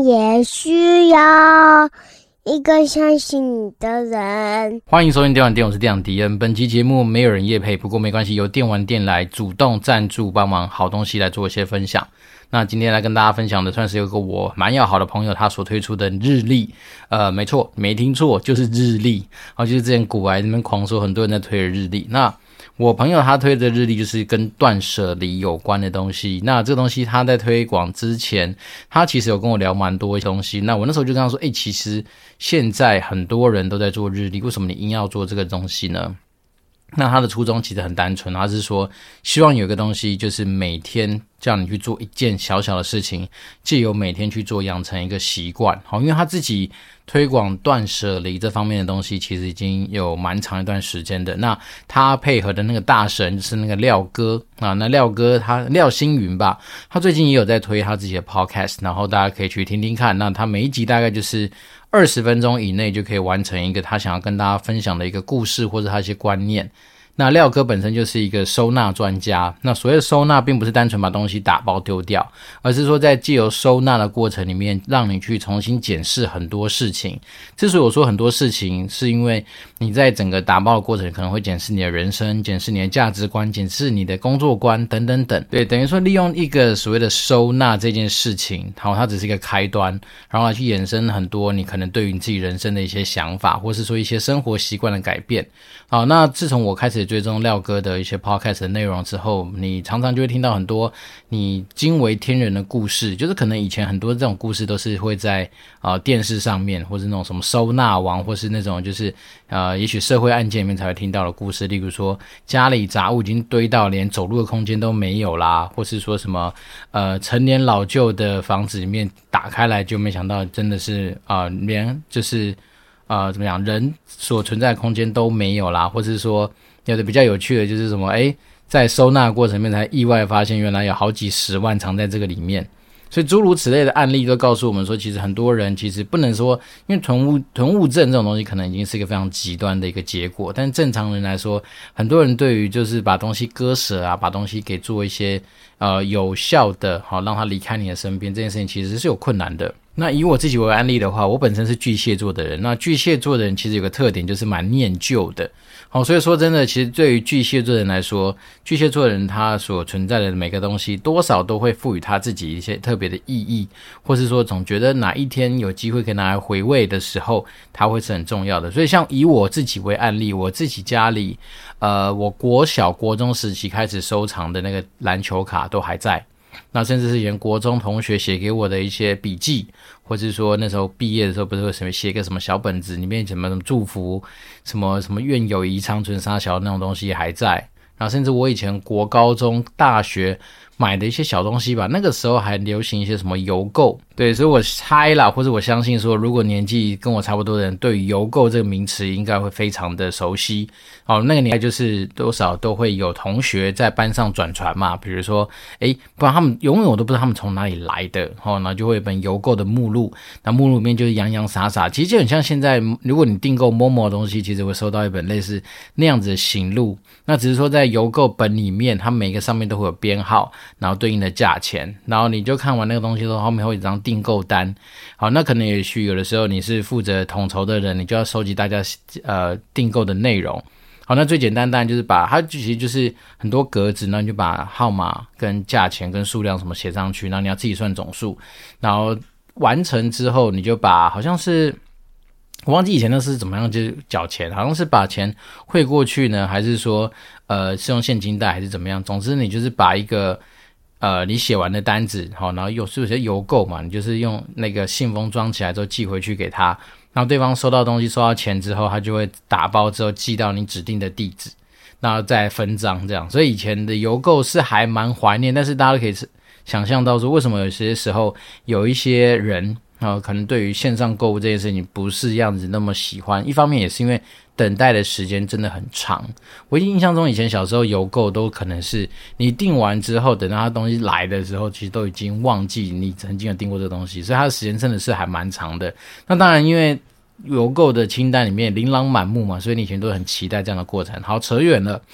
也需要一个相信你的人。 欢迎收听电玩店，我是店长迪恩。本期节目没有人业配，不过没关系，由电玩店来主动赞助帮忙好东西来做一些分享。那今天来跟大家分享的算是有个我蛮要好的朋友他所推出的日历，没错，没听错，就是日历。就是之前股癌那边狂说很多人在推的日历。那我朋友他推的日历就是跟断舍离有关的东西。那这个东西他在推广之前，他其实有跟我聊蛮多东西。那我那时候就跟他说，其实现在很多人都在做日历，为什么你硬要做这个东西呢？那他的初衷其实很单纯，他是说希望有一个东西就是每天叫你去做一件小小的事情，藉由每天去做养成一个习惯。因为他自己推广断舍离这方面的东西其实已经有蛮长一段时间的。那他配合的那个大神就是那个廖哥啊，那廖哥他廖星云吧，他最近也有在推他自己的 podcast， 然后大家可以去听听看。那他每一集大概就是20分钟以内就可以完成一个他想要跟大家分享的一个故事或者他一些观念。那廖哥本身就是一个收纳专家，那所谓的收纳并不是单纯把东西打包丢掉，而是说在藉由收纳的过程里面让你去重新检视很多事情。之所以我说很多事情，是因为你在整个打包的过程可能会检视你的人生，检视你的价值观，检视你的工作观等等等。对，等于说利用一个所谓的收纳这件事情，它只是一个开端，然后来去衍生很多你可能对于你自己人生的一些想法，或是说一些生活习惯的改变。好，那自从我开始追踪廖哥的一些 podcast 的内容之后，你常常就会听到很多你惊为天人的故事，就是可能以前很多这种故事都是会在电视上面，或是那种什么收纳王，或是那种就是也许社会案件里面才会听到的故事，例如说家里杂物已经堆到连走路的空间都没有啦，或是说什么陈年老旧的房子里面打开来就没想到真的是连就是怎么讲，人所存在的空间都没有啦，或是说有的比较有趣的就是什么在收纳的过程里面才意外发现原来有好几十万藏在这个里面。所以诸如此类的案例都告诉我们说，其实很多人其实不能说，因为囤物症这种东西可能已经是一个非常极端的一个结果，但正常人来说，很多人对于就是把东西割舍啊，把东西给做一些有效的让它离开你的身边，这件事情其实是有困难的。那以我自己为案例的话，我本身是巨蟹座的人，那巨蟹座的人其实有个特点就是蛮念旧的。所以说真的，其实对于巨蟹座的人来说，巨蟹座的人他所存在的每个东西多少都会赋予他自己一些特别的意义，或是说总觉得哪一天有机会可以拿来回味的时候，它会是很重要的。所以像以我自己为案例，我自己家里我国小国中时期开始收藏的那个篮球卡都还在，那甚至是连国中同学写给我的一些笔记，或是说那时候毕业的时候不是会什么写个什么小本子，里面什么祝福，什么愿友谊长存沙小那种东西还在。然后甚至我以前国高中大学买的一些小东西吧，那个时候还流行一些什么邮购。对，所以我猜啦，或者我相信说，如果年纪跟我差不多的人，对于邮购这个名词应该会非常的熟悉。那个年代就是多少都会有同学在班上转传嘛，比如说不然他们永远我都不知道他们从哪里来的，然后就会有一本邮购的目录，那目录里面就是洋洋洒洒，其实就很像现在如果你订购 Momo 的东西，其实会收到一本类似那样子的型录，那只是说在邮购本里面，它每个上面都会有编号，然后对应的价钱，然后你就看完那个东西之后，后面会有一张订购单。好，那可能也许有的时候你是负责统筹的人，你就要收集大家订购的内容。好，那最简单当然就是把它其实就是很多格子，然后你就把号码跟价钱跟数量什么写上去，然后你要自己算总数，然后完成之后你就把好像是我忘记以前那是怎么样就是缴钱，好像是把钱汇过去呢，还是说是用现金贷还是怎么样，总之你就是把一个你写完的单子，然后有些邮购嘛，你就是用那个信封装起来之后寄回去给他，然后对方收到东西收到钱之后，他就会打包之后寄到你指定的地址，然后再分赃这样。所以以前的邮购是还蛮怀念，但是大家都可以想象到说，为什么有些时候有一些人可能对于线上购物这件事情不是样子那么喜欢，一方面也是因为等待的时间真的很长。我印象中以前小时候邮购都可能是你订完之后，等到它东西来的时候，其实都已经忘记你曾经有订过这个东西，所以它的时间真的是还蛮长的。那当然因为邮购的清单里面琳琅满目嘛，所以你以前都很期待这样的过程。好，扯远了。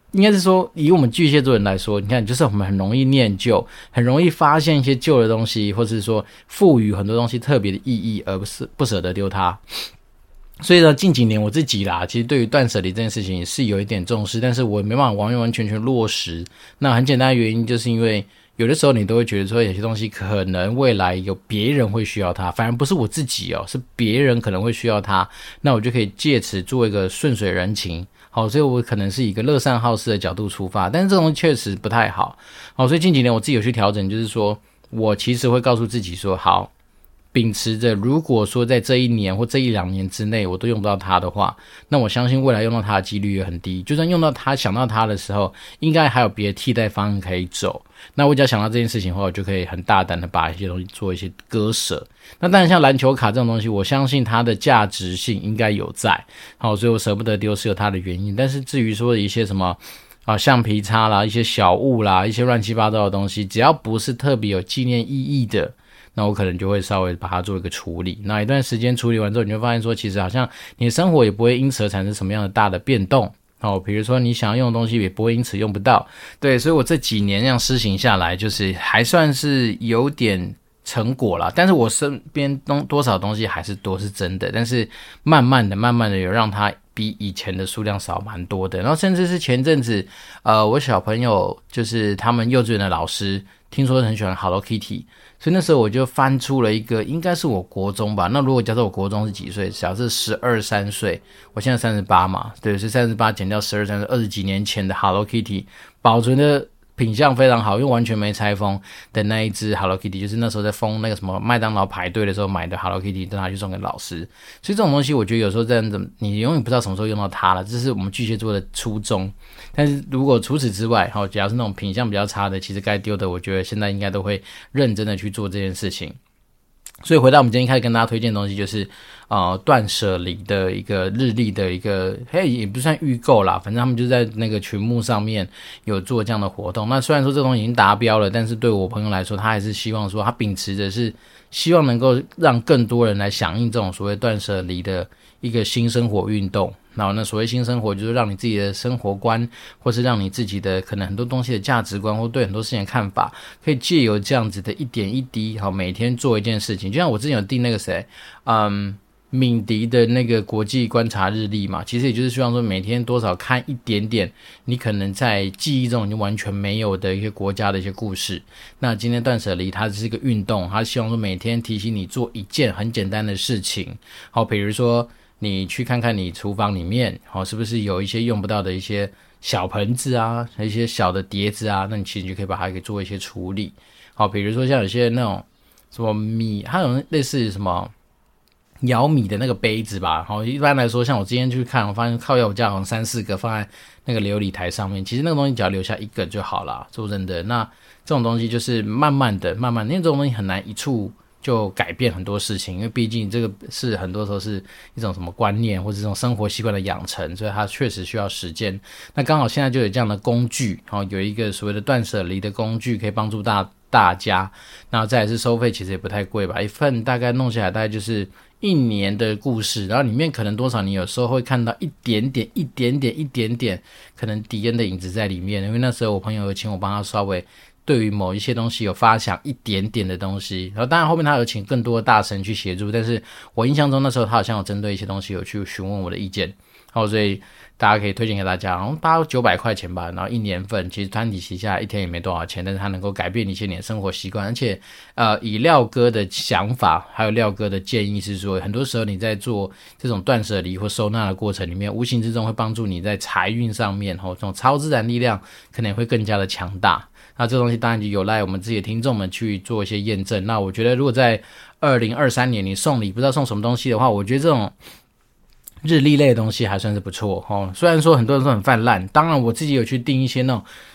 应该是说以我们巨蟹座人来说，你看就是我们很容易念旧，很容易发现一些旧的东西，或是说赋予很多东西特别的意义，而不舍得丢它。所以呢，近几年我自己啦，其实对于断舍离这件事情是有一点重视，但是我没办法完全落实。那很简单的原因就是因为有的时候你都会觉得说有些东西可能未来有别人会需要它，反而不是我自己是别人可能会需要它，那我就可以借此做一个顺水人情。好，所以我可能是以一个乐善好施的角度出发，但是这种东西确实不太好。好，所以近几年我自己有去调整，就是说我其实会告诉自己说，好，秉持着如果说在这一年或这1-2年之内我都用不到它的话，那我相信未来用到它的几率也很低。就算用到它想到它的时候，应该还有别的替代方案可以走。那我只要想到这件事情的话，我就可以很大胆的把一些东西做一些割舍。那当然像篮球卡这种东西，我相信它的价值性应该有在，好，所以我舍不得丢是有它的原因。但是至于说一些什么橡皮擦啦，一些小物啦，一些乱七八糟的东西，只要不是特别有纪念意义的，那我可能就会稍微把它做一个处理。那一段时间处理完之后，你就发现说其实好像你的生活也不会因此而产生什么样的大的变动。比如说你想要用的东西也不会因此用不到。对，所以我这几年这样施行下来，就是还算是有点成果啦。但是我身边多少东西还是多是真的，但是慢慢的有让它比以前的数量少蛮多的。然后甚至是前阵子我小朋友就是他们幼稚园的老师听说很喜欢 Hello Kitty， 所以那时候我就翻出了一个，应该是我国中吧。那如果假设我国中是几岁，假设12、13岁，我现在38嘛，对，是38减掉12、13岁，20几年前的 Hello Kitty 保存的品相非常好，因为完全没拆封的那一只 Hello Kitty， 就是那时候在封那个什么麦当劳排队的时候买的 Hello Kitty， 都拿去送给老师。所以这种东西我觉得有时候这样子你永远不知道什么时候用到它了，这是我们巨蟹座的初衷。但是如果除此之外只要是那种品相比较差的，其实该丢的我觉得现在应该都会认真的去做这件事情。所以回到我们今天开始跟大家推荐的东西，就是断舍离的一个日历的一个也不算预购啦，反正他们就在那个群目上面有做这样的活动。那虽然说这东西已经达标了，但是对我朋友来说，他还是希望说他秉持的是希望能够让更多人来响应这种所谓断舍离的一个新生活运动。那所谓新生活就是让你自己的生活观，或是让你自己的可能很多东西的价值观，或对很多事情的看法，可以借由这样子的一点一滴每天做一件事情。就像我之前有订那个敏迪的那个国际观察日历嘛，其实也就是希望说每天多少看一点点你可能在记忆中已经完全没有的一些国家的一些故事。那今天断舍离它是一个运动，它希望说每天提醒你做一件很简单的事情。比如说你去看看你厨房里面是不是有一些用不到的一些小盆子啊，一些小的碟子啊，那你其实就可以把它给做一些处理。比如说像有些那种什么米，它有类似什么舀米的那个杯子吧，一般来说像我今天去看，我发现靠腰我家好像3-4个放在那个琉璃台上面，其实那个东西只要留下一个就好啦，说真的。那这种东西就是慢慢的，因为这种东西很难一触就改变很多事情，因为毕竟这个是很多时候是一种什么观念或者这种生活习惯的养成，所以它确实需要时间。那刚好现在就有这样的工具，有一个所谓的断舍离的工具可以帮助大家。那再来是收费其实也不太贵吧，一份大概弄下来大概就是1年的故事，然后里面可能多少你有时候会看到一点点可能迪恩的影子在里面，因为那时候我朋友有请我帮他稍微对于某一些东西有发想一点点的东西，然后当然后面他有请更多的大神去协助，但是我印象中那时候他好像有针对一些东西有去询问我的意见，所以大家可以推荐给大家，然后800-900块钱吧，然后1年份，其实团体旗下一天也没多少钱，但是它能够改变一些你的生活习惯。而且以廖哥的想法还有廖哥的建议是说，很多时候你在做这种断舍离或收纳的过程里面，无形之中会帮助你在财运上面这种超自然力量可能会更加的强大。那这东西当然就有赖我们自己的听众们去做一些验证。那我觉得如果在2023年你送礼不知道送什么东西的话，我觉得这种日历类的东西还算是不错虽然说很多人说很泛滥，当然我自己有去订一些那种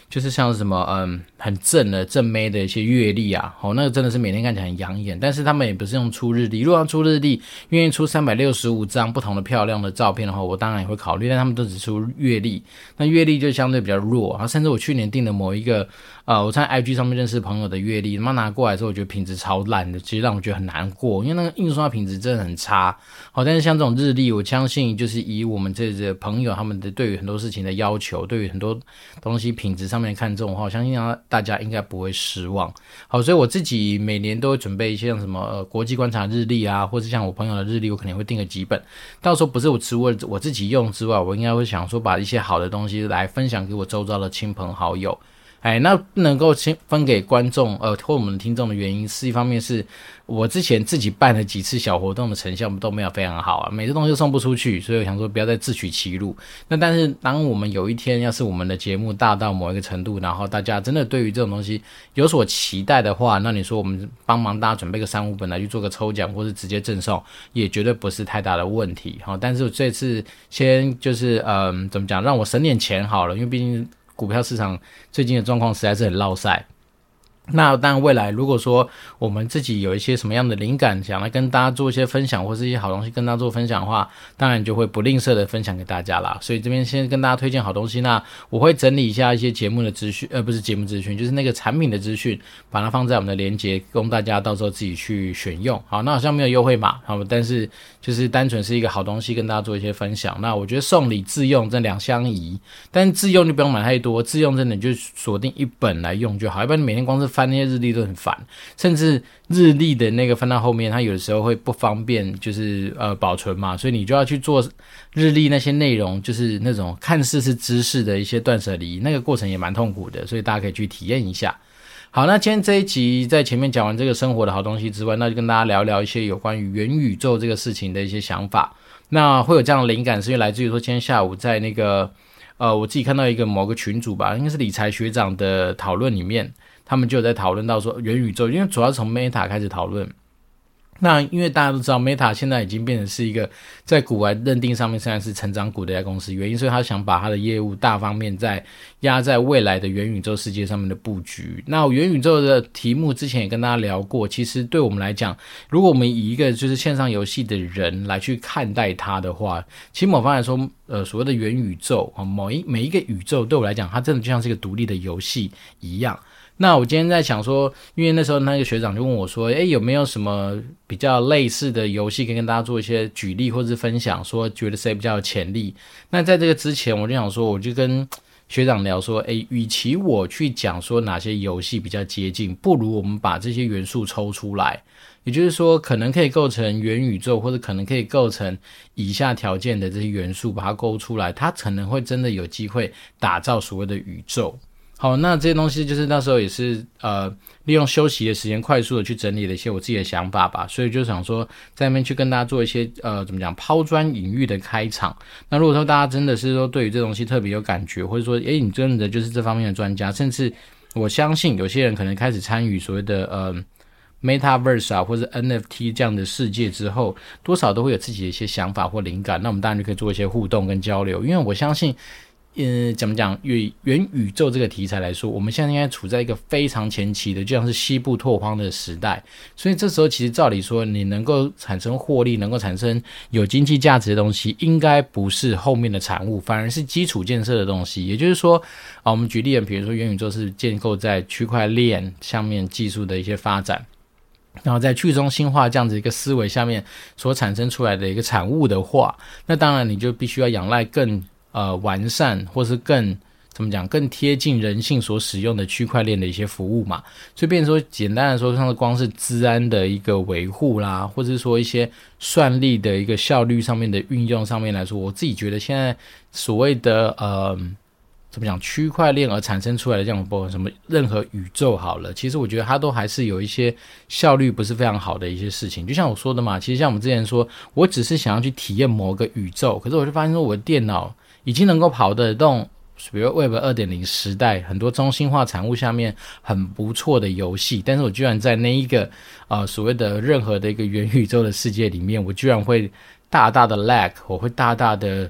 就是像什么很正的正妹的一些月历啊，那个真的是每天看起来很养眼，但是他们也不是用出日历，如果要出日历愿意出365张不同的漂亮的照片的话，我当然也会考虑，但他们都只出月历，那月历就相对比较弱啊，甚至我去年订的某一个我在 IG 上面认识朋友的月历，他妈拿过来之后我觉得品质超烂的，其实让我觉得很难过，因为那个印刷品质真的很差。好，但是像这种日历，我相信就是以我们这些朋友他们的对于很多事情的要求，对于很多东西品质上面看重的话，我相信大家应该不会失望。好，所以我自己每年都会准备一些像什么国际观察日历啊，或是像我朋友的日历，我可能会订个几本，到时候不是除了我自己用之外，我应该会想说把一些好的东西来分享给我周遭的亲朋好友。那不能够分给观众或我们的听众的原因是，一方面是我之前自己办了几次小活动的成效都没有非常好啊，每次东西都送不出去，所以我想说不要再自取其辱。那但是当我们有一天要是我们的节目大到某一个程度，然后大家真的对于这种东西有所期待的话，那你说我们帮忙大家准备个3-5本来去做个抽奖，或是直接赠送，也绝对不是太大的问题。但是我这次先就是怎么讲，让我省点钱好了，因为毕竟股票市场最近的状况实在是很落赛。那当然未来如果说我们自己有一些什么样的灵感想来跟大家做一些分享，或是一些好东西跟大家做分享的话，当然就会不吝啬的分享给大家啦。所以这边先跟大家推荐好东西，那我会整理一下一些节目的资讯，不是节目资讯，就是那个产品的资讯，把它放在我们的连结，供大家到时候自己去选用。好，那好像没有优惠码，好，但是就是单纯是一个好东西跟大家做一些分享。那我觉得送礼自用这两相宜，但是自用就不用买太多，自用真的就锁定1本来用就好，要不然你每天光是翻那些日历都很烦，甚至日历的那个翻到后面它有的时候会不方便，就是保存嘛，所以你就要去做日历那些内容，就是那种看似是知识的一些断舍离，那个过程也蛮痛苦的，所以大家可以去体验一下。好，那今天这一集在前面讲完这个生活的好东西之外，那就跟大家聊聊一些有关于元宇宙这个事情的一些想法。那会有这样的灵感是因为来自于说今天下午在那个我自己看到一个某个群组吧，应该是理财学长的讨论里面，他们就有在讨论到说元宇宙，因为主要是从 Meta 开始讨论。那因为大家都知道 Meta 现在已经变成是一个在股外认定上面现在是成长股的一家公司，原因所以他想把他的业务大方面压在未来的元宇宙世界上面的布局。那元宇宙的题目之前也跟大家聊过，其实对我们来讲，如果我们以一个就是线上游戏的人来去看待它的话，其实某方来说所谓的元宇宙每一个宇宙对我来讲，它真的就像是一个独立的游戏一样。那我今天在想说，因为那时候那个学长就问我说有没有什么比较类似的游戏可以跟大家做一些举例或是分享，说觉得谁比较有潜力。那在这个之前我就想说，我就跟学长聊说与其我去讲说哪些游戏比较接近，不如我们把这些元素抽出来，也就是说可能可以构成元宇宙，或者可能可以构成以下条件的这些元素，把它勾出来，它可能会真的有机会打造所谓的宇宙。好，那这些东西就是那时候也是利用休息的时间快速的去整理了一些我自己的想法吧，所以就想说在那边去跟大家做一些怎么讲抛砖引玉的开场。那如果说大家真的是说对于这东西特别有感觉，或者说你真的就是这方面的专家，甚至我相信有些人可能开始参与所谓的Metaverse 啊，或者 NFT 这样的世界之后，多少都会有自己的一些想法或灵感，那我们当然就可以做一些互动跟交流。因为我相信怎么讲，以元宇宙这个题材来说，我们现在应该处在一个非常前期的，就像是西部拓荒的时代，所以这时候其实照理说你能够产生获利，能够产生有经济价值的东西，应该不是后面的产物，反而是基础建设的东西。也就是说我们举例比如说元宇宙是建构在区块链上面技术的一些发展，然后在去中心化这样子一个思维下面所产生出来的一个产物的话，那当然你就必须要仰赖更完善或是更怎么讲更贴近人性所使用的区块链的一些服务嘛。所以变成说简单的说，像是光是资安的一个维护啦，或者是说一些算力的一个效率上面的运用上面来说，我自己觉得现在所谓的怎么讲区块链而产生出来的这样不什么任何宇宙好了，其实我觉得它都还是有一些效率不是非常好的一些事情。就像我说的嘛，其实像我们之前说，我只是想要去体验某个宇宙，可是我就发现说我的电脑已经能够跑得动比如 Web 2.0 时代很多中心化产物下面很不错的游戏，但是我居然在那一个所谓的任何的一个元宇宙的世界里面，我居然会大大的 lag， 我会大大的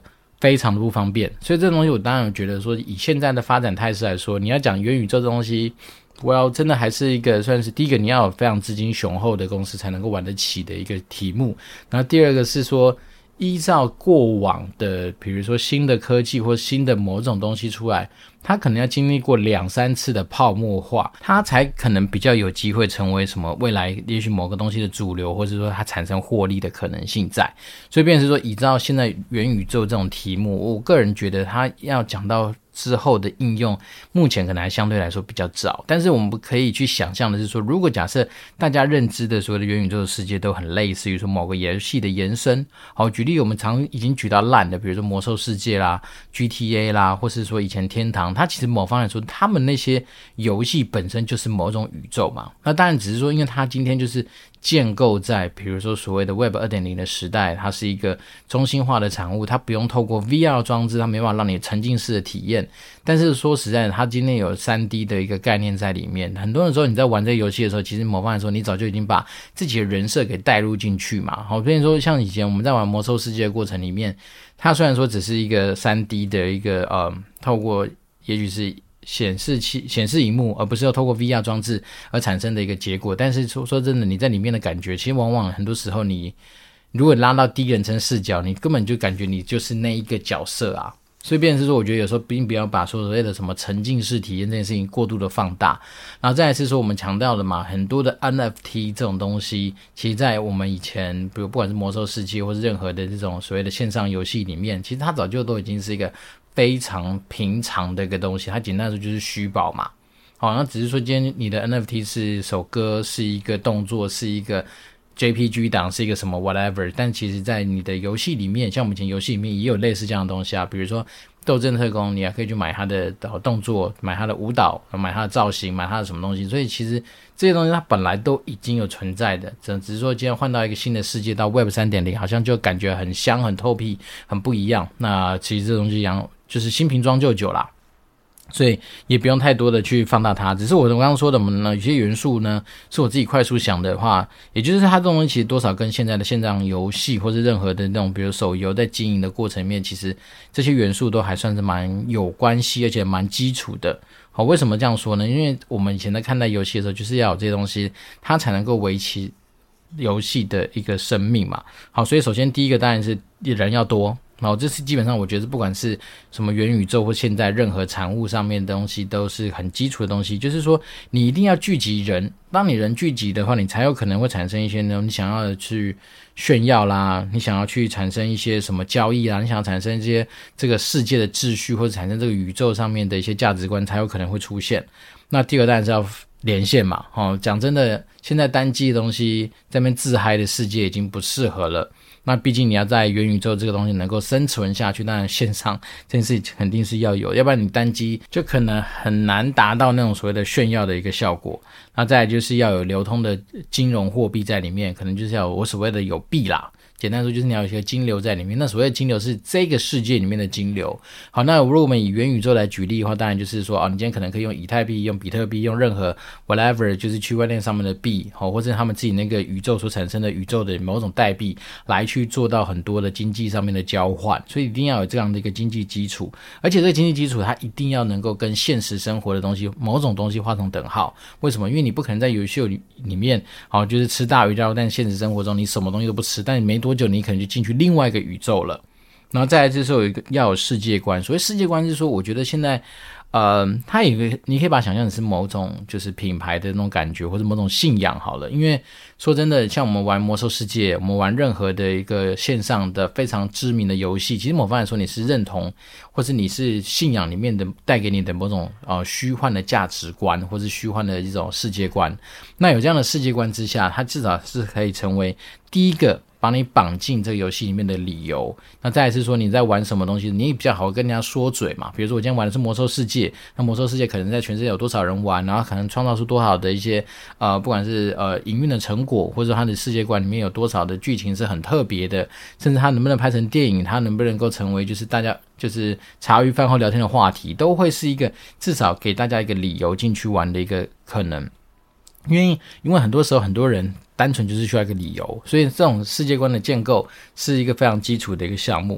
非常的不方便。所以这东西我当然觉得说，以现在的发展态势来说，你要讲元宇宙这东西，真的还是一个算是第一个你要有非常资金雄厚的公司才能够玩得起的一个题目。然后第二个是说，依照过往的比如说新的科技或新的某种东西出来，它可能要经历过2-3次的泡沫化，它才可能比较有机会成为什么未来也许某个东西的主流，或者说它产生获利的可能性在。所以变成是说，依照现在元宇宙这种题目，我个人觉得它要讲到之后的应用，目前可能还相对来说比较早。但是我们可以去想象的是说，如果假设大家认知的所谓的元宇宙的世界都很类似于说某个游戏的延伸，好，举例我们常已经举到烂的，比如说魔兽世界啦、GTA 啦，或是说以前天堂，它其实某方面来说，他们那些游戏本身就是某种宇宙嘛。那当然只是说，因为它今天就是建构在比如说所谓的 Web 2.0 的时代，它是一个中心化的产物，它不用透过 VR 装置，它没办法让你沉浸式的体验。但是说实在的，它今天有 3D 的一个概念在里面，很多的时候你在玩这个游戏的时候，其实某方面来说，你早就已经把自己的人设给带入进去嘛。好，比如说像以前我们在玩魔兽世界的过程里面，它虽然说只是一个 3D 的一个透过也许是显示萤幕，而不是要透过 VR 装置而产生的一个结果。但是说真的，你在里面的感觉，其实往往很多时候你如果拉到第一人称视角，你根本就感觉你就是那一个角色啊。所以变成是说，我觉得有时候并不要把所谓的什么沉浸式体验这件事情过度的放大。然后再来是说，我们强调的嘛，很多的 NFT 这种东西，其实在我们以前比如不管是魔兽世界或是任何的这种所谓的线上游戏里面，其实它早就都已经是一个非常平常的一个东西，它简单的说就是虚宝嘛。好，那只是说今天你的 NFT 是首歌，是一个动作，是一个JPG 档，是一个什么 whatever， 但其实在你的游戏里面，像我们以前游戏里面也有类似这样的东西啊，比如说斗阵特工，你还可以去买他的动作，买他的舞蹈，买他的造型，买他的什么东西。所以其实这些东西它本来都已经有存在的，只是说今天换到一个新的世界，到 Web 3.0 好像就感觉很香很透屁很不一样。那其实这东西一样就是新瓶装旧酒啦，所以也不用太多的去放大它。只是我刚刚说的呢，有些元素呢是我自己快速想的话，也就是它这种东西其实多少跟现在的线上游戏或是任何的那种比如手游在经营的过程里面，其实这些元素都还算是蛮有关系，而且蛮基础的。好，为什么这样说呢？因为我们以前在看待游戏的时候，就是要有这些东西它才能够维持游戏的一个生命嘛。好，所以首先第一个当然是人要多，然后这是基本上我觉得不管是什么元宇宙或现在任何产物上面的东西都是很基础的东西，就是说你一定要聚集人，当你人聚集的话，你才有可能会产生一些那种你想要的去炫耀啦，你想要去产生一些什么交易啦，你想要产生一些这个世界的秩序或者产生这个宇宙上面的一些价值观才有可能会出现。那第二个当然是要连线嘛，讲真的，现在单机的东西在那边自嗨的世界已经不适合了。那毕竟你要在元宇宙这个东西能够生存下去，当然线上这件事情肯定是要有，要不然你单机就可能很难达到那种所谓的炫耀的一个效果。那再来就是要有流通的金融货币在里面，可能就是要有我所谓的有币啦，简单说就是你要有一些金流在里面。那所谓的金流是这个世界里面的金流。好，那如果我们以元宇宙来举例的话，当然就是说你今天可能可以用以太币、用比特币、用任何 whatever 就是区块链上面的币，或者他们自己那个宇宙所产生的宇宙的某种代币来去做到很多的经济上面的交换。所以一定要有这样的一个经济基础，而且这个经济基础它一定要能够跟现实生活的东西某种东西画成等号。为什么？因为你不可能在游戏里面就是吃大鱼大肉，但现实生活中你什么东西都不吃，但你没多久你可能就进去另外一个宇宙了。然后再来就是有一个要有世界观，所谓世界观是说我觉得现在它有一个你可以把它想象成是某种就是品牌的那种感觉，或者某种信仰好了。因为说真的，像我们玩魔兽世界，我们玩任何的一个线上的非常知名的游戏，其实某方面来说你是认同或是你是信仰里面的带给你的某种虚幻的价值观，或是虚幻的一种世界观。那有这样的世界观之下，它至少是可以成为第一个把你绑进这个游戏里面的理由。那再来是说你在玩什么东西，你也比较好跟人家说嘴嘛。比如说我今天玩的是魔兽世界，那魔兽世界可能在全世界有多少人玩，然后可能创造出多少的一些不管是营运的成果，或者说它的世界观里面有多少的剧情是很特别的，甚至它能不能拍成电影，它能不能够成为就是大家就是茶余饭后聊天的话题，都会是一个至少给大家一个理由进去玩的一个可能。因为很多时候很多人单纯就是需要一个理由，所以这种世界观的建构是一个非常基础的一个项目。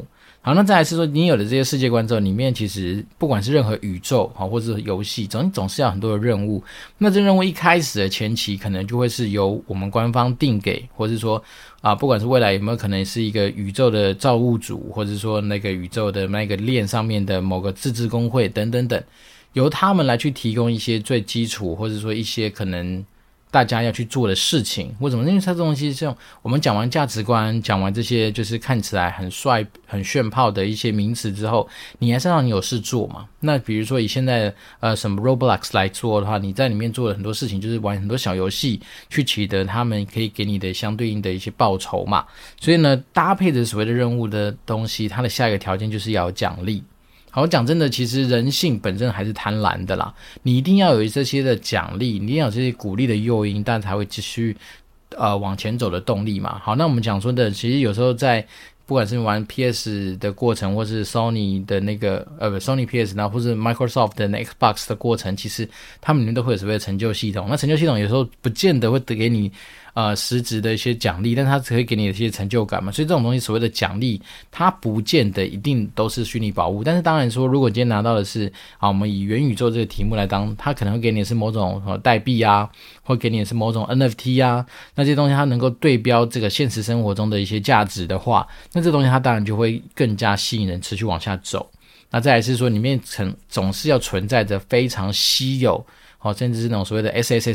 好，那再来是说你有了这些世界观之后，里面其实不管是任何宇宙或者是游戏，总是要很多的任务。那这任务一开始的前期可能就会是由我们官方定给，或是说不管是未来有没有可能是一个宇宙的造物主，或者说那个宇宙的那个链上面的某个自治工会等等等，由他们来去提供一些最基础，或者说一些可能大家要去做的事情。为什么？因为它这东西像我们讲完价值观，讲完这些就是看起来很帅很炫炮的一些名词之后，你还是让你有事做嘛。那比如说以现在什么 Roblox 来做的话，你在里面做了很多事情，就是玩很多小游戏去取得他们可以给你的相对应的一些报酬嘛。所以呢，搭配着所谓的任务的东西，它的下一个条件就是要有奖励。好，讲真的，其实人性本身还是贪婪的啦，你一定要有这些的奖励，你一定要有这些鼓励的诱因，但才会继续往前走的动力嘛。好，那我们讲说的，其实有时候在不管是玩 PS 的过程，或是 Sony 的那个Sony PS， 然后或是 Microsoft 的那 Xbox 的过程，其实他们里面都会有所谓的成就系统。那成就系统有时候不见得会给你实质的一些奖励，但它只会给你一些成就感嘛。所以这种东西所谓的奖励，它不见得一定都是虚拟宝物。但是当然说，如果今天拿到的是我们以元宇宙这个题目来当，它可能会给你的是某种代币啊，或给你的是某种 NFT 啊，那这些东西它能够对标这个现实生活中的一些价值的话，那这东西它当然就会更加吸引人持续往下走。那再来是说，里面总是要存在着非常稀有甚至是那种所谓的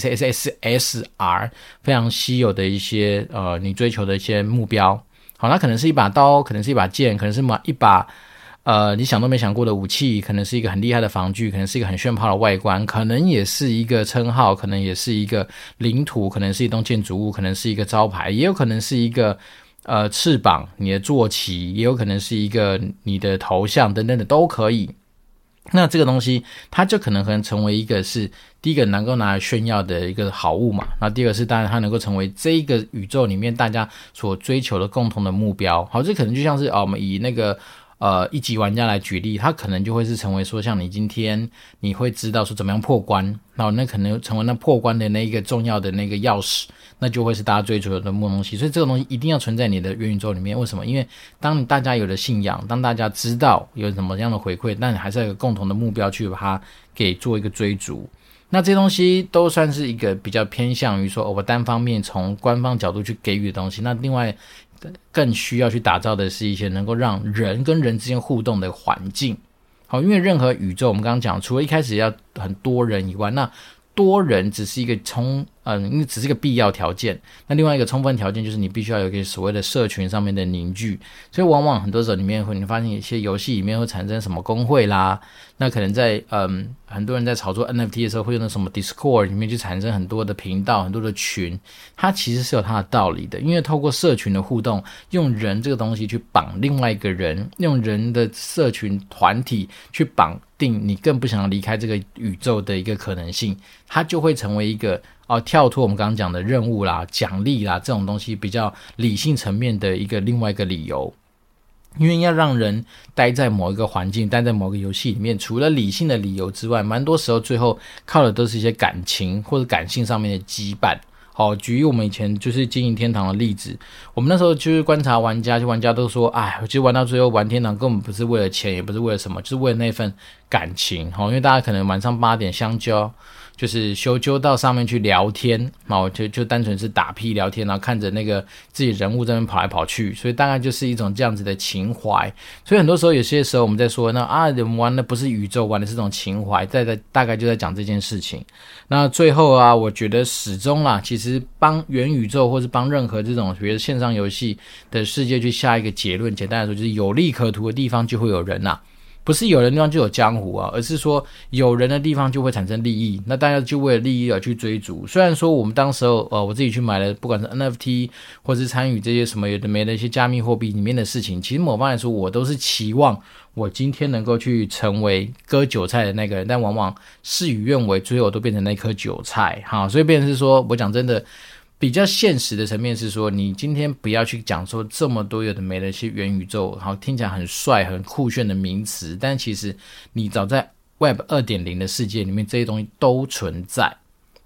SSR 非常稀有的一些你追求的一些目标。好，那可能是一把刀，可能是一把剑，可能是一把你想都没想过的武器，可能是一个很厉害的防具，可能是一个很炫炮的外观，可能也是一个称号，可能也是一个领土，可能是一栋建筑物，可能是一个招牌，也有可能是一个翅膀，你的坐骑，也有可能是一个你的头像等等的都可以。那这个东西它就可能成为一个是第一个能够拿来炫耀的一个好物嘛。那第二个是当然它能够成为这一个宇宙里面大家所追求的共同的目标。好，这可能就像是我们以那个一级玩家来举例，它可能就会是成为说像你今天你会知道说怎么样破关，然后那可能成为那破关的那一个重要的那个钥匙，那就会是大家追求的东西。所以这个东西一定要存在你的元宇宙里面。为什么？因为当大家有了信仰，当大家知道有什么样的回馈，但你还是要有一个共同的目标去把它给做一个追逐。那这些东西都算是一个比较偏向于说我单方面从官方角度去给予的东西。那另外更需要去打造的是一些能够让人跟人之间互动的环境。好，因为任何宇宙我们刚刚讲，除了一开始要很多人以外，那多人只是一个因为只是一个必要条件。那另外一个充分条件就是你必须要有一个所谓的社群上面的凝聚。所以往往很多时候里面你发现一些游戏里面会产生什么公会啦，那可能在很多人在炒作 NFT 的时候会用到什么 Discord 里面去产生很多的频道，很多的群，它其实是有它的道理的。因为透过社群的互动，用人这个东西去绑另外一个人，用人的社群团体去绑定你更不想要离开这个宇宙的一个可能性，它就会成为一个跳脱我们刚刚讲的任务啦、奖励啦这种东西比较理性层面的另外一个理由。因为要让人待在某一个环境，待在某个游戏里面，除了理性的理由之外，蛮多时候最后靠的都是一些感情或者感性上面的羁绊。好，举我们以前就是经营天堂的例子，我们那时候就是观察玩家，就玩家都说我其实玩到最后玩天堂根本不是为了钱，也不是为了什么，就是为了那份感情。因为大家可能晚上8点相交，就是修到上面去聊天，就单纯是打屁聊天，然后看着那个自己人物在那边跑来跑去，所以大概就是一种这样子的情怀。所以很多时候有些时候我们在说我们玩的不是宇宙，玩的是这种情怀，大概就在讲这件事情。那最后我觉得始终啦，其实帮元宇宙或是帮任何这种比如线上游戏的世界去下一个结论，简单来说就是有利可图的地方就会有人不是有人的地方就有江湖而是说有人的地方就会产生利益，那大家就为了利益而去追逐。虽然说我们当时候我自己去买了不管是 NFT 或是参与这些什么有的没的一些加密货币里面的事情，其实某方来说我都是期望我今天能够去成为割韭菜的那个人，但往往事与愿违，最后我都变成那颗韭菜所以变成是说我讲真的比较现实的层面是说，你今天不要去讲说这么多有的没的一些元宇宙，好听起来很帅很酷炫的名词，但其实你早在 Web 2.0 的世界里面这些东西都存在。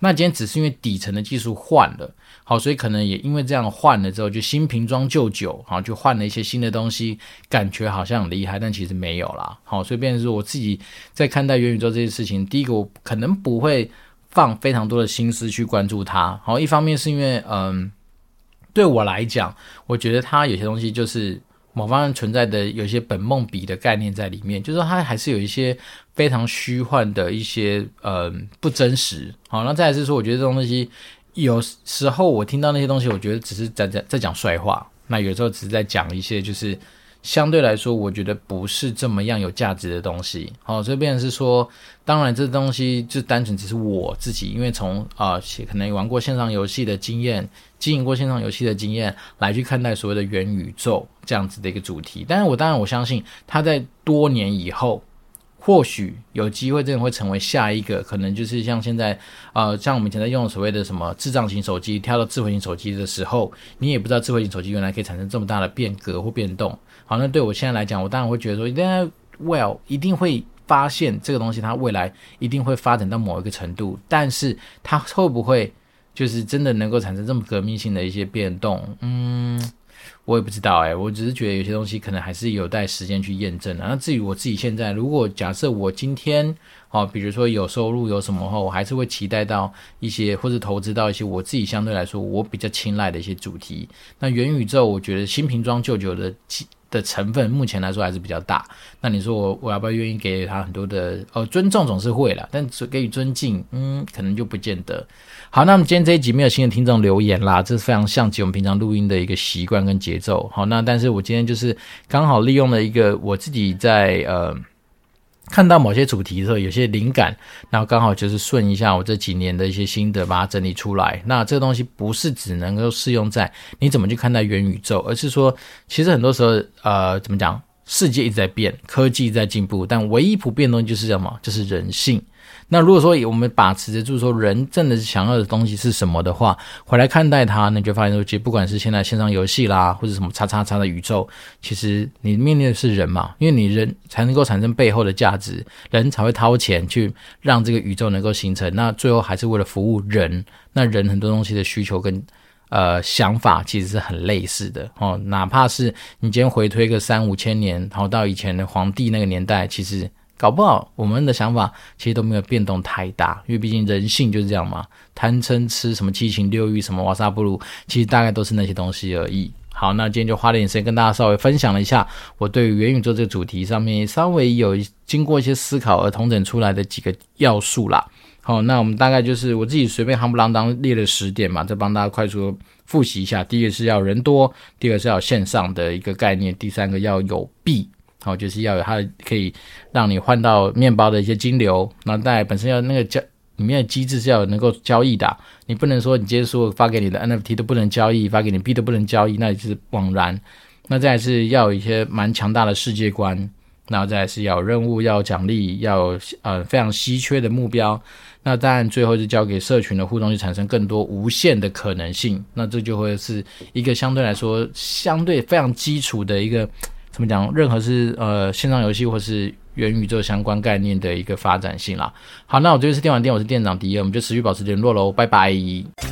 那今天只是因为底层的技术换了，好，所以可能也因为这样换了之后，就新瓶装旧酒，好，就换了一些新的东西，感觉好像很厉害，但其实没有啦。好，所以变成是我自己在看待元宇宙这件事情，第一个我可能不会放非常多的心思去关注它。好，一方面是因为对我来讲，我觉得它有些东西就是某方面存在的有一些本梦比的概念在里面，就是说它还是有一些非常虚幻的一些不真实。好，那再来是说，我觉得这种东西有时候我听到那些东西，我觉得只是在讲帅话，那有时候只是在讲一些就是相对来说我觉得不是这么样有价值的东西。好，所以变成是说，当然这东西就单纯只是我自己因为从可能玩过线上游戏的经验，经营过线上游戏的经验来去看待所谓的元宇宙这样子的一个主题。但是我相信它在多年以后或许有机会真的会成为下一个，可能就是像现在像我们以前在用所谓的什么智障型手机跳到智慧型手机的时候，你也不知道智慧型手机原来可以产生这么大的变革或变动。好，那对我现在来讲，我当然会觉得说一定会发现这个东西它未来一定会发展到某一个程度，但是它会不会就是真的能够产生这么革命性的一些变动，我也不知道我只是觉得有些东西可能还是有待时间去验证的。那至于我自己现在，如果假设我今天比如说有收入有什么后，我还是会期待到一些或者投资到一些我自己相对来说我比较青睐的一些主题。那元宇宙我觉得新瓶装旧酒的成分目前来说还是比较大，那你说我要不要愿意给予他很多的尊重总是会啦，但给予尊敬可能就不见得。好，那我们今天这一集没有新的听众留言啦，这是非常像极我们平常录音的一个习惯跟节奏。好，那但是我今天就是刚好利用了一个我自己在看到某些主题的时候有些灵感，然后刚好就是顺一下我这几年的一些心得把它整理出来。那这个东西不是只能够适用在你怎么去看待元宇宙，而是说其实很多时候怎么讲，世界一直在变，科技一直在进步，但唯一不变的东西就是什么？就是人性。那如果说我们把持得住说人真的是想要的东西是什么的话，回来看待它，那你就发现说，其实不管是现在线上游戏啦，或者什么叉叉叉的宇宙，其实你面对的是人嘛，因为你人才能够产生背后的价值，人才会掏钱去让这个宇宙能够形成，那最后还是为了服务人，那人很多东西的需求跟想法其实是很类似的哪怕是你今天回推个3-5千年，到以前的皇帝那个年代，其实搞不好我们的想法其实都没有变动太大，因为毕竟人性就是这样嘛，贪嗔痴什么七情六欲什么瓦萨布鲁，其实大概都是那些东西而已。好，那今天就花了点时间跟大家稍微分享了一下我对于元宇宙这个主题上面稍微有经过一些思考而统整出来的几个要素啦。好，那我们大概就是我自己随便夯不啷当列了10点嘛，再帮大家快速复习一下。第一个是要人多，第二个是要线上的一个概念，第三个要有币，就是要有它可以让你换到面包的一些金流，然后再来本身要那个里面的机制是要能够交易的，你不能说你今天说发给你的 NFT 都不能交易，发给你币都不能交易，那就是枉然。那再来是要有一些蛮强大的世界观，然后再来是要有任务，要有奖励，要有非常稀缺的目标，那当然最后是交给社群的互动去产生更多无限的可能性，那这就会是一个相对来说相对非常基础的一个怎么讲，任何是线上游戏或是元宇宙相关概念的一个发展性啦。好，那我这边是电玩店，我是店长迪恩，我们就持续保持联络咯，拜拜。